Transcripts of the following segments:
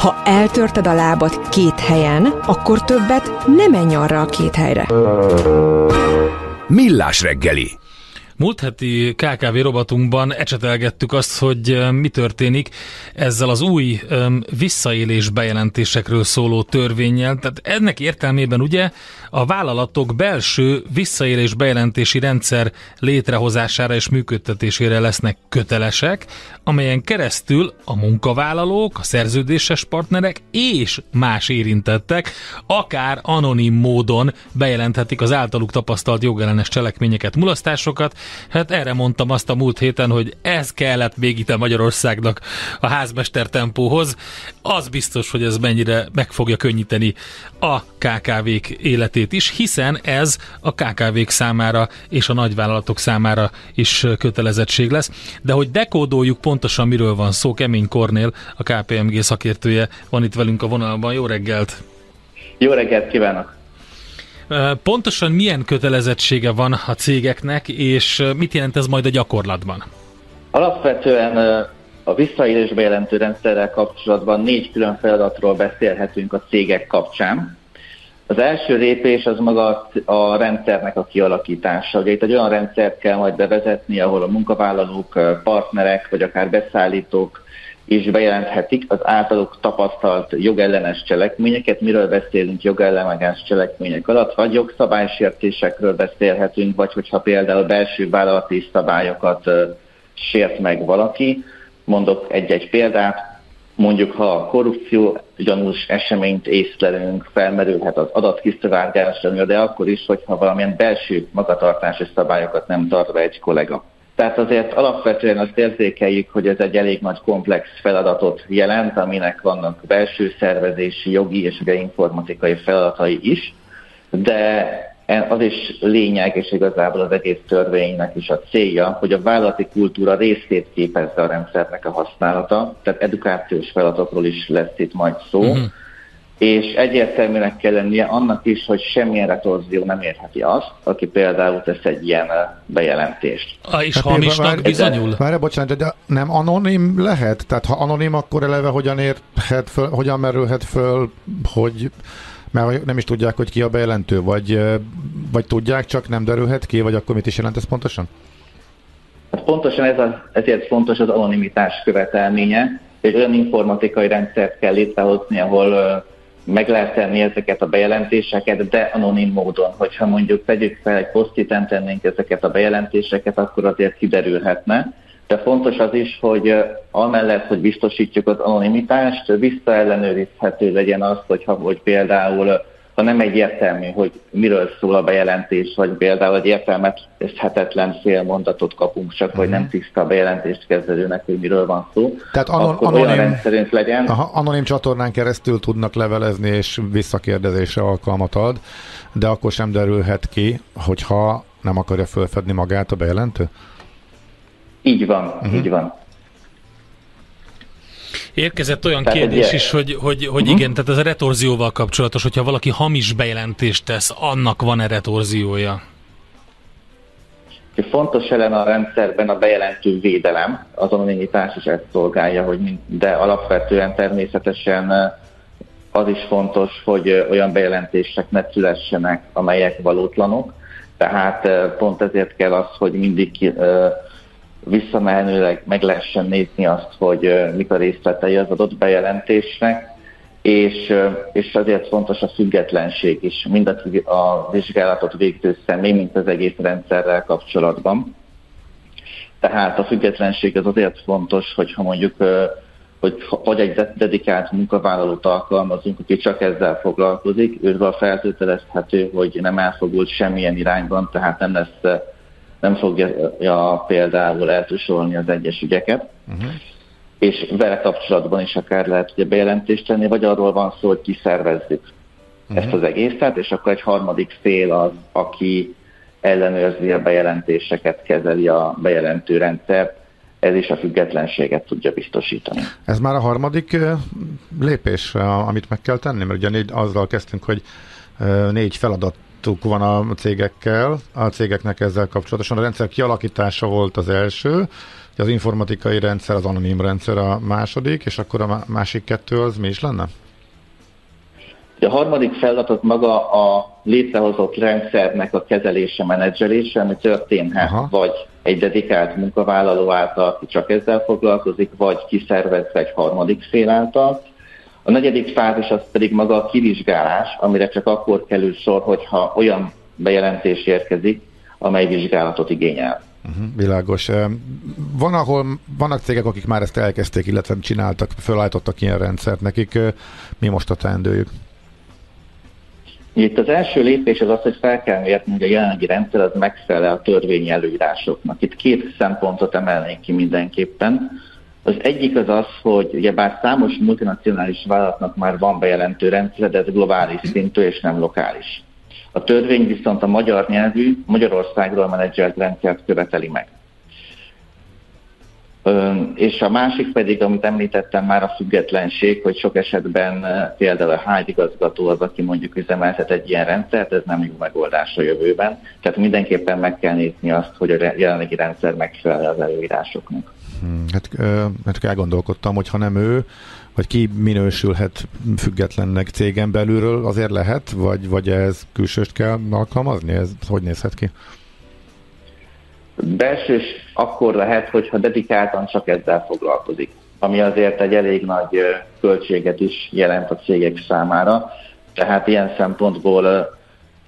Ha eltörted a lábad 2 helyen, akkor többet nem menj arra a 2 helyre. Millás reggeli. Múlt heti KKV robotunkban ecsetelgettük azt, hogy mi történik ezzel az új visszaélés bejelentésekről szóló törvénnyel. Tehát ennek értelmében ugye a vállalatok belső visszaélés bejelentési rendszer létrehozására és működtetésére lesznek kötelesek, amelyen keresztül a munkavállalók, a szerződéses partnerek és más érintettek akár anonim módon bejelenthetik az általuk tapasztalt jogellenes cselekményeket, mulasztásokat. Hát erre mondtam azt a múlt héten, hogy ez kellett még itt Magyarországnak a házmester tempóhoz. Az biztos, hogy ez mennyire meg fogja könnyíteni a KKV-k életét is, hiszen ez a KKV-k számára és a nagyvállalatok számára is kötelezettség lesz. De hogy dekódoljuk pontosan miről van szó, Kemény Kornél, a KPMG szakértője van itt velünk a vonalban. Jó reggelt! Jó reggelt kívánok! Pontosan milyen kötelezettsége van a cégeknek, és mit jelent ez majd a gyakorlatban? Alapvetően a visszaélés bejelentő rendszerrel kapcsolatban 4 külön feladatról beszélhetünk a cégek kapcsán. Az első lépés az maga a rendszernek a kialakítása. Ugye itt egy olyan rendszert kell majd bevezetni, ahol a munkavállalók, partnerek vagy akár beszállítók is bejelenthetik az általuk tapasztalt jogellenes cselekményeket. Miről beszélünk jogellenes cselekmények alatt? Vagy jogszabálysértésekről beszélhetünk, vagy hogyha például belső vállalati szabályokat sért meg valaki. Mondok egy példát. Mondjuk, ha a korrupció gyanús eseményt észlelünk, felmerülhet az adatkiszivárgás, de akkor is, hogyha valamilyen belső magatartási szabályokat nem tart be egy kollega. Tehát azért alapvetően azt érzékeljük, hogy ez egy elég nagy komplex feladatot jelent, aminek vannak belső szervezési, jogi és ugye informatikai feladatai is, de az is lényeg, és igazából az egész törvénynek is a célja, hogy a vállalati kultúra részét képezze a rendszernek a használata, tehát edukációs feladatokról is lesz itt majd szó, és egyértelműnek kell lennie annak is, hogy semmilyen retorzió nem érheti azt, aki például tesz egy ilyen bejelentést. És hamisnak bizonyul? Várj, bocsánat, de nem anonim lehet? Tehát ha anonim, akkor eleve hogyan merülhet föl, hogy mert nem is tudják, hogy ki a bejelentő, vagy tudják, csak nem derülhet ki, vagy akkor mit is jelent ez pontosan? Hát pontosan ezért fontos az anonimitás követelménye, és olyan informatikai rendszert kell létrehozni, ahol meg lehet tenni ezeket a bejelentéseket, de anonim módon. Hogyha mondjuk tegyük fel, egy posztiten tennénk ezeket a bejelentéseket, akkor azért kiderülhetne. De fontos az is, hogy amellett, hogy biztosítjuk az anonimitást, visszaellenőrizhető legyen az, hogy például, ha nem egyértelmű, hogy miről szól a bejelentés, vagy például egy értelmezhetetlen félmondatot kapunk, csak hogy nem tiszta a bejelentést kezelőnek, hogy miről van szó. Tehát akkor olyan rendszerünk legyen. Anonim csatornán keresztül tudnak levelezni, és visszakérdezésre alkalmat ad, de akkor sem derülhet ki, hogyha nem akarja fölfedni magát a bejelentő? Így van, így van. Érkezett olyan kérdés is, hogy igen, tehát ez a retorzióval kapcsolatos, hogyha valaki hamis bejelentést tesz, annak van-e retorziója? Fontos eleme a rendszerben a bejelentő védelem, az anonimitás is ezt szolgálja, de alapvetően természetesen az is fontos, hogy olyan bejelentések ne szülessenek, amelyek valótlanok, tehát pont ezért kell az, hogy mindig visszamenőleg meg lehessen nézni azt, hogy mik a részletei az adott bejelentésnek, és azért fontos a függetlenség is, mind a vizsgálatot végző személy, mint az egész rendszerrel kapcsolatban. Tehát a függetlenség az azért fontos, hogyha mondjuk hogy egy dedikált munkavállalót alkalmazunk, aki csak ezzel foglalkozik, őről feltételezhető, hogy nem elfogult semmilyen irányban, tehát nem fogja például eltusolni az egyes ügyeket, és vele kapcsolatban is akár lehet ugye bejelentést tenni, vagy arról van szó, hogy kiszervezzük ezt az egészet, és akkor egy harmadik fél az, aki ellenőrzi a bejelentéseket, kezeli a bejelentő rendszert, ez is a függetlenséget tudja biztosítani. Ez már a harmadik lépés, amit meg kell tenni, mert ugye azzal kezdtünk, hogy 4 feladatuk van a cégekkel, a cégeknek ezzel kapcsolatosan. A rendszer kialakítása volt az első, Az informatikai rendszer, az anonim rendszer a második, és akkor a másik kettő az mi is lenne? A harmadik feladat az maga a létrehozott rendszernek a kezelése, menedzselése, ami történhet vagy egy dedikált munkavállaló által, aki csak ezzel foglalkozik, vagy kiszervezve egy harmadik fél által. A negyedik fázis az pedig maga a kivizsgálás, amire csak akkor kerül sor, hogyha olyan bejelentés érkezik, amely vizsgálatot igényel. Világos. Vannak cégek, akik már ezt elkezdték, illetve csináltak, felállítottak ilyen rendszert. Nekik mi most a teendőjük? Itt az első lépés az, hogy fel kell mérni, hogy a jelenlegi rendszer az megfelel a törvényi előírásoknak. Itt két szempontot emelnék ki mindenképpen. Az egyik az, hogy ugyebár számos multinacionális vállalatnak már van bejelentő rendszer, de ez globális szintű és nem lokális. A törvény viszont a magyar nyelvű, Magyarországról menedzselt rendszert követeli meg. És a másik pedig, amit említettem már, a függetlenség, hogy sok esetben például a háigazgató az, aki mondjuk üzemeltet egy ilyen rendszert, ez nem jó megoldás a jövőben. Tehát mindenképpen meg kell nézni azt, hogy a jelenlegi rendszer megfelel az előírásoknak. Hát elgondolkodtam, hogy ha nem ő, vagy ki minősülhet függetlennek cégen belülről, azért lehet, vagy ez külsőst kell alkalmazni? Ez hogy nézhet ki? Belsős akkor lehet, hogyha dedikáltan csak ezzel foglalkozik, ami azért egy elég nagy költséget is jelent a cégek számára. Tehát ilyen szempontból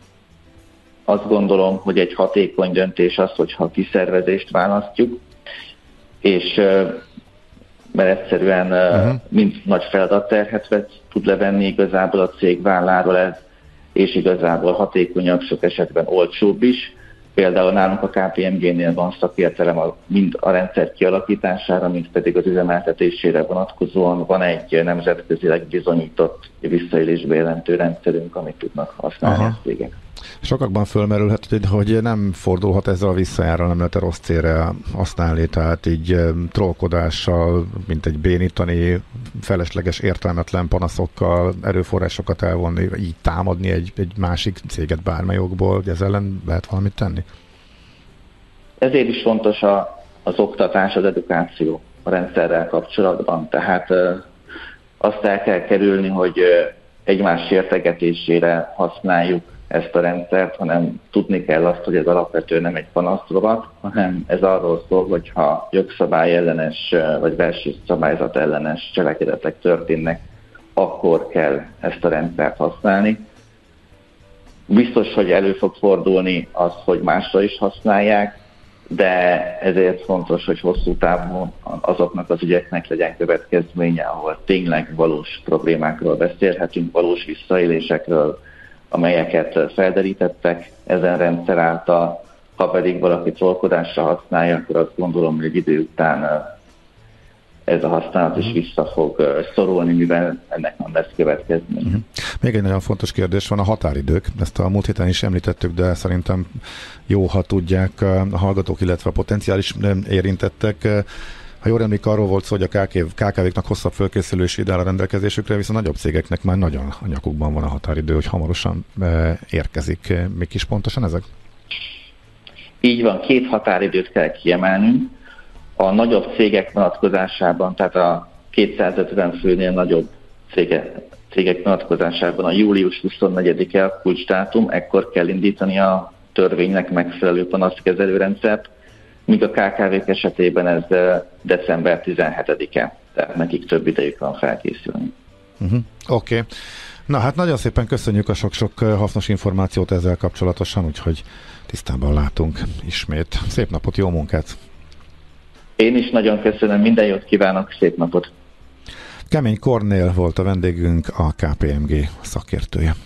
azt gondolom, hogy egy hatékony döntés az, hogyha a kiszervezést választjuk, és mert egyszerűen mind nagy feladatterhet tud levenni igazából a cég válláról ez, és igazából hatékonyabb, sok esetben olcsóbb is. Például nálunk a KPMG-nél van szakértelem mind a rendszer kialakítására, mind pedig az üzemeltetésére vonatkozóan. Van egy nemzetközileg bizonyított visszaélésbe jelentő rendszerünk, amit tudnak használni a cégek. Sokakban fölmerülhet, hogy nem fordulhat ezzel a visszajára, nem lehet rossz célra használni, tehát így trollkodással, mint egy bénítani, felesleges, értelmetlen panaszokkal, erőforrásokat elvonni, így támadni egy másik céget bármely okból, hogy ezzel ellen lehet valamit tenni? Ezért is fontos az oktatás, az edukáció a rendszerrel kapcsolatban. Tehát azt el kell kerülni, hogy egymás sértegetésére használjuk ezt a rendszert, hanem tudni kell azt, hogy ez alapvetően nem egy panaszrovat, hanem ez arról szól, hogy ha jogszabály ellenes vagy versenyszabályzat ellenes cselekedetek történnek, akkor kell ezt a rendszert használni. Biztos, hogy elő fog fordulni az, hogy másra is használják, de ezért fontos, hogy hosszú távon azoknak az ügyeknek legyen következménye, ahol tényleg valós problémákról beszélhetünk, valós visszaélésekről, amelyeket felderítettek ezen rendszer által. Ha pedig valaki trollkodásra használja, akkor azt gondolom, hogy egy idő után ez a használat is vissza fog szorulni, mivel ennek nem lesz következménye. Még egy nagyon fontos kérdés van, a határidők. Ezt a múlt héten is említettük, de szerintem jó, ha tudják a hallgatók, illetve a potenciális érintettek. Ha jól emlék, arról volt szó, hogy a KKV-knak hosszabb fölkészülési idő áll a rendelkezésükre, viszont nagyobb cégeknek már nagyon a nyakukban van a határidő, hogy hamarosan érkezik. Még is pontosan ezek? Így van, 2 határidőt kell kiemelnünk. A nagyobb cégek vonatkozásában, tehát a 250 főnél nagyobb cégek vonatkozásában a július 24-e a kulcsdátum, ekkor kell indítani a törvénynek megfelelő panaszkezelő rendszert, míg a KKV-k esetében ez december 17-e, tehát nekik több idejük van felkészülni. Oké. Na hát nagyon szépen köszönjük a sok-sok hasznos információt ezzel kapcsolatosan, úgyhogy tisztában látunk ismét. Szép napot, jó munkát! Én is nagyon köszönöm, minden jót kívánok, szép napot! Kemény Kornél volt a vendégünk, a KPMG szakértője.